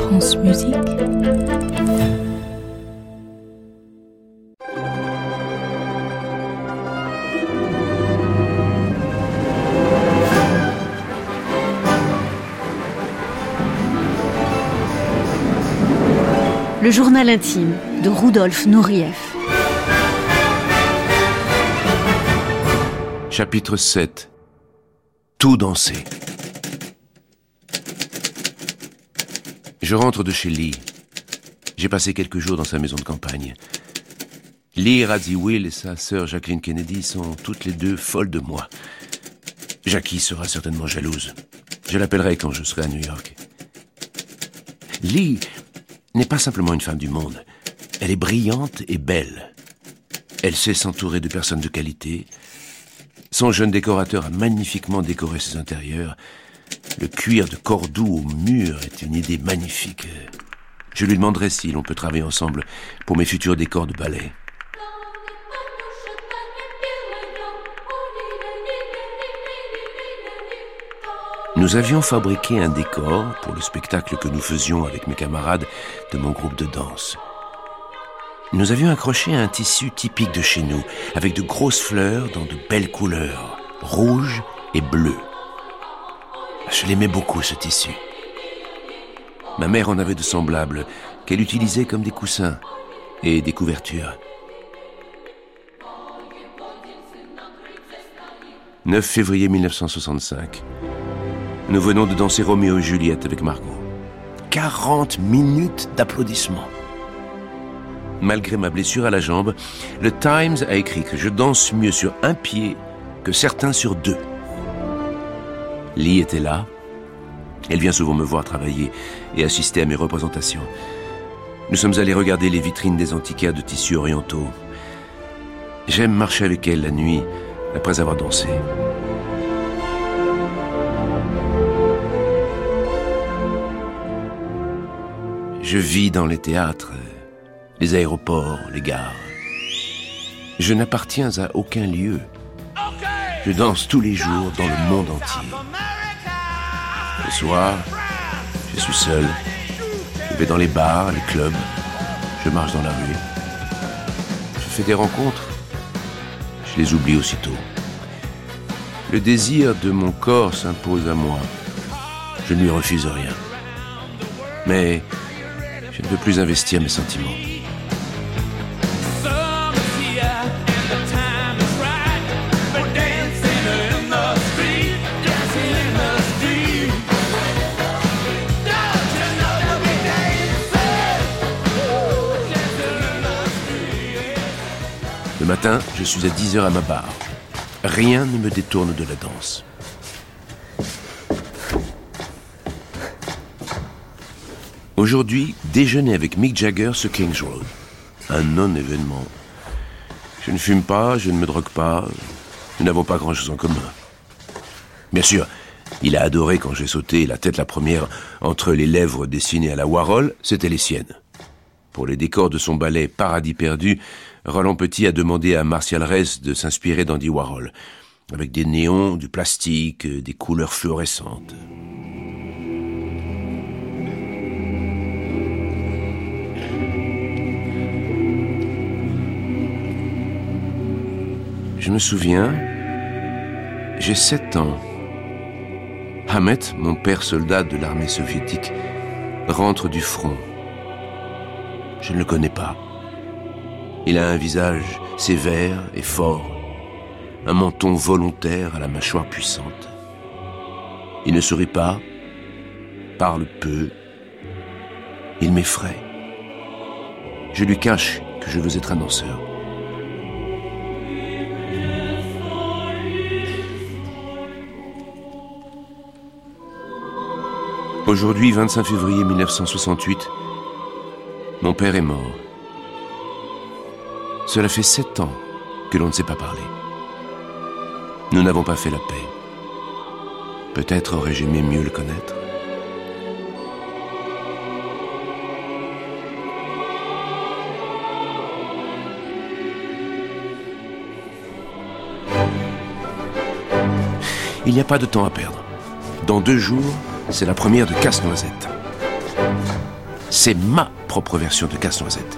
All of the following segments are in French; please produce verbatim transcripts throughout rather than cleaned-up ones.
France Musique. Le journal intime de Rudolf Nureyev. Chapitre sept. Tout danser. Je rentre de chez Lee. J'ai passé quelques jours dans sa maison de campagne. Lee Radziwill et sa sœur Jacqueline Kennedy sont toutes les deux folles de moi. Jackie sera certainement jalouse. Je l'appellerai quand je serai à New York. Lee n'est pas simplement une femme du monde. Elle est brillante et belle. Elle sait s'entourer de personnes de qualité. Son jeune décorateur a magnifiquement décoré ses intérieurs. Le cuir de Cordoue au mur est une idée magnifique. Je lui demanderai si l'on peut travailler ensemble pour mes futurs décors de ballet. Nous avions fabriqué un décor pour le spectacle que nous faisions avec mes camarades de mon groupe de danse. Nous avions accroché un tissu typique de chez nous, avec de grosses fleurs dans de belles couleurs, rouges et bleues. Je l'aimais beaucoup, ce tissu. Ma mère en avait de semblables, qu'elle utilisait comme des coussins et des couvertures. neuf février mille neuf cent soixante-cinq. Nous venons de danser Roméo et Juliette avec Margot. quarante minutes d'applaudissements. Malgré ma blessure à la jambe, le Times a écrit que je danse mieux sur un pied que certains sur deux. Lee était là. Elle vient souvent me voir travailler et assister à mes représentations. Nous sommes allés regarder les vitrines des antiquaires de tissus orientaux. J'aime marcher avec elle la nuit après avoir dansé. Je vis dans les théâtres, les aéroports, les gares. Je n'appartiens à aucun lieu. Je danse tous les jours dans le monde entier. Le soir, je suis seul. Je vais dans les bars, les clubs. Je marche dans la rue. Je fais des rencontres. Je les oublie aussitôt. Le désir de mon corps s'impose à moi. Je ne lui refuse rien. Mais je ne veux plus investir mes sentiments. Le matin, je suis à dix heures à ma barre. Rien ne me détourne de la danse. Aujourd'hui, déjeuner avec Mick Jagger sur Kings Road. Un non-événement. Je ne fume pas, je ne me drogue pas. Nous n'avons pas grand-chose en commun. Bien sûr, il a adoré quand j'ai sauté la tête la première entre les lèvres dessinées à la Warhol, c'était les siennes. Pour les décors de son ballet Paradis perdu, Roland Petit a demandé à Martial Reyes de s'inspirer d'Andy Warhol, avec des néons, du plastique, des couleurs fluorescentes. Je me souviens, j'ai sept ans. Hamet, mon père soldat de l'armée soviétique, rentre du front. Je ne le connais pas. Il a un visage sévère et fort, un menton volontaire à la mâchoire puissante. Il ne sourit pas, parle peu. Il m'effraie. Je lui cache que je veux être un danseur. Aujourd'hui, vingt-cinq février mille neuf cent soixante-huit, mon père est mort. Cela fait sept ans que l'on ne s'est pas parlé. Nous n'avons pas fait la paix. Peut-être aurais-je aimé mieux le connaître. Il n'y a pas de temps à perdre. Dans deux jours, c'est la première de Casse-Noisette. C'est ma propre version de Casse-Noisette.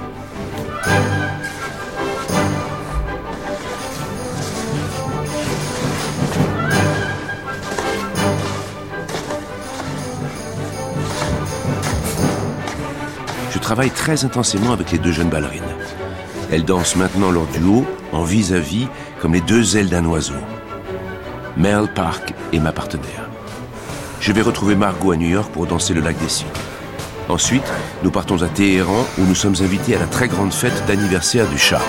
Je travaille très intensément avec les deux jeunes ballerines. Elles dansent maintenant leur duo en vis-à-vis comme les deux ailes d'un oiseau. Mel Park est ma partenaire. Je vais retrouver Margot à New York pour danser le lac des Cygnes. Ensuite, nous partons à Téhéran où nous sommes invités à la très grande fête d'anniversaire du Shah.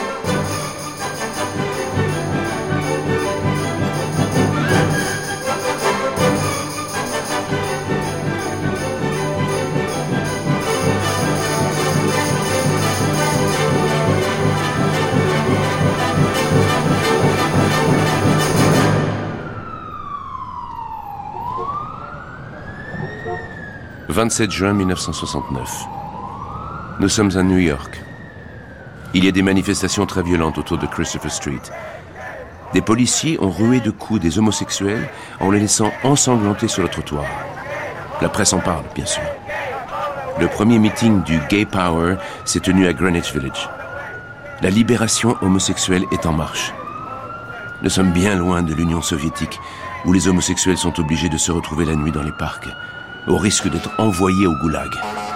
vingt-sept juin mille neuf cent soixante-neuf. Nous sommes à New York. Il y a des manifestations très violentes autour de Christopher Street. Des policiers ont roué de coups des homosexuels en les laissant ensanglanter sur le trottoir. La presse en parle, bien sûr. Le premier meeting du Gay Power s'est tenu à Greenwich Village. La libération homosexuelle est en marche. Nous sommes bien loin de l'Union soviétique, où les homosexuels sont obligés de se retrouver la nuit dans les parcs, au risque d'être envoyés au goulag.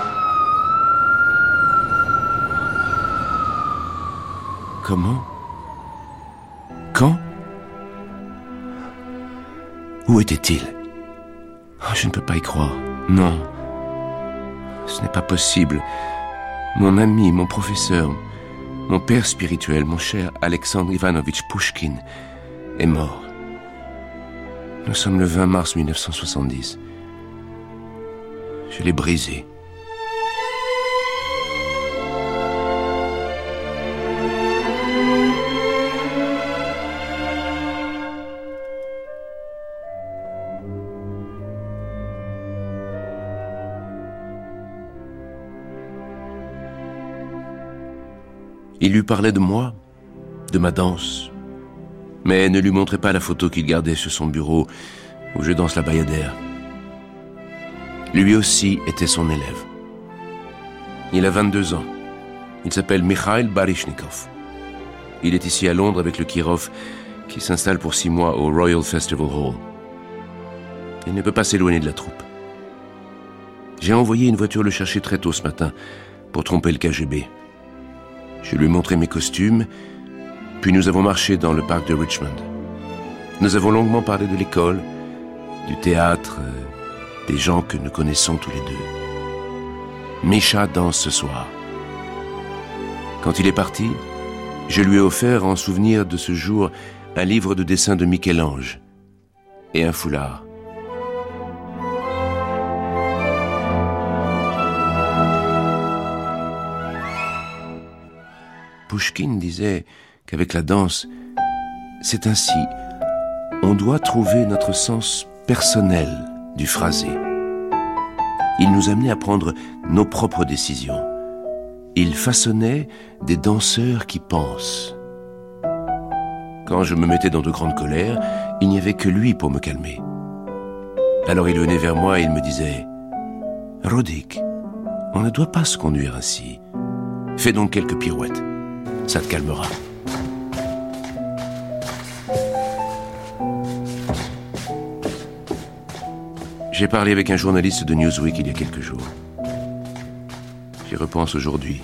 Comment? Quand? Où était-il? Oh, je ne peux pas y croire. Non. Ce n'est pas possible. Mon ami, mon professeur, mon père spirituel, mon cher Alexandre Ivanovitch Pouchkine, est mort. Nous sommes le vingt mars mille neuf cent soixante-dix. Je l'ai brisé. Il lui parlait de moi, de ma danse, mais ne lui montrait pas la photo qu'il gardait sur son bureau où je danse la bayadère. Lui aussi était son élève. Il a vingt-deux ans. Il s'appelle Mikhail Baryshnikov. Il est ici à Londres avec le Kirov qui s'installe pour six mois au Royal Festival Hall. Il ne peut pas s'éloigner de la troupe. J'ai envoyé une voiture le chercher très tôt ce matin pour tromper le K G B. Je lui ai montré mes costumes, puis nous avons marché dans le parc de Richmond. Nous avons longuement parlé de l'école, du théâtre, des gens que nous connaissons tous les deux. Misha danse ce soir. Quand il est parti, je lui ai offert en souvenir de ce jour un livre de dessins de Michel-Ange et un foulard. Pouchkine disait qu'avec la danse, c'est ainsi, on doit trouver notre sens personnel du phrasé. Il nous amenait à prendre nos propres décisions. Il façonnait des danseurs qui pensent. Quand je me mettais dans de grandes colères, il n'y avait que lui pour me calmer. Alors il venait vers moi et il me disait « Rodik, on ne doit pas se conduire ainsi. Fais donc quelques pirouettes. Ça te calmera. » J'ai parlé avec un journaliste de Newsweek il y a quelques jours. J'y repense aujourd'hui.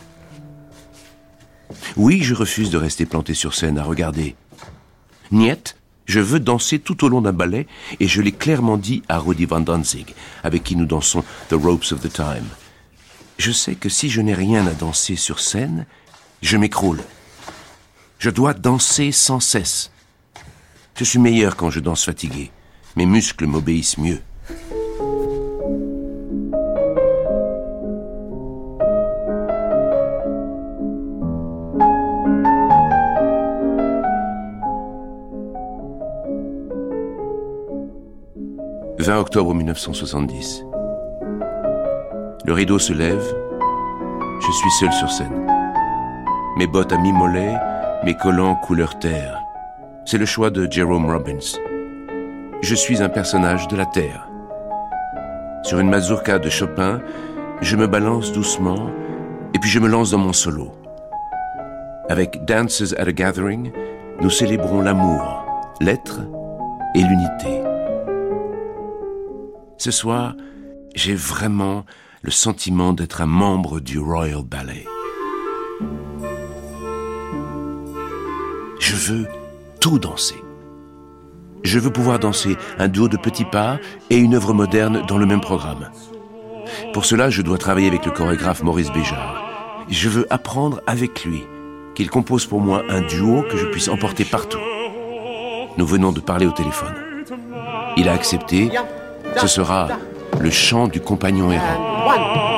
Oui, je refuse de rester planté sur scène à regarder. Niet, je veux danser tout au long d'un ballet et je l'ai clairement dit à Rudi Van Danzig, avec qui nous dansons The Ropes of the Time. Je sais que si je n'ai rien à danser sur scène, je m'écroule. Je dois danser sans cesse. Je suis meilleur quand je danse fatigué. Mes muscles m'obéissent mieux. vingt octobre mille neuf cent soixante-dix. Le rideau se lève. Je suis seul sur scène. Mes bottes à mi-mollet, mes collants couleur terre. C'est le choix de Jerome Robbins. Je suis un personnage de la terre. Sur une mazurka de Chopin, je me balance doucement et puis je me lance dans mon solo. Avec Dances at a Gathering, nous célébrons l'amour, l'être et l'unité. Ce soir, j'ai vraiment le sentiment d'être un membre du Royal Ballet. Je veux tout danser. Je veux pouvoir danser un duo de petits pas et une œuvre moderne dans le même programme. Pour cela, je dois travailler avec le chorégraphe Maurice Béjart. Je veux apprendre avec lui, qu'il compose pour moi un duo que je puisse emporter partout. Nous venons de parler au téléphone. Il a accepté. Ce sera le chant du compagnon errant.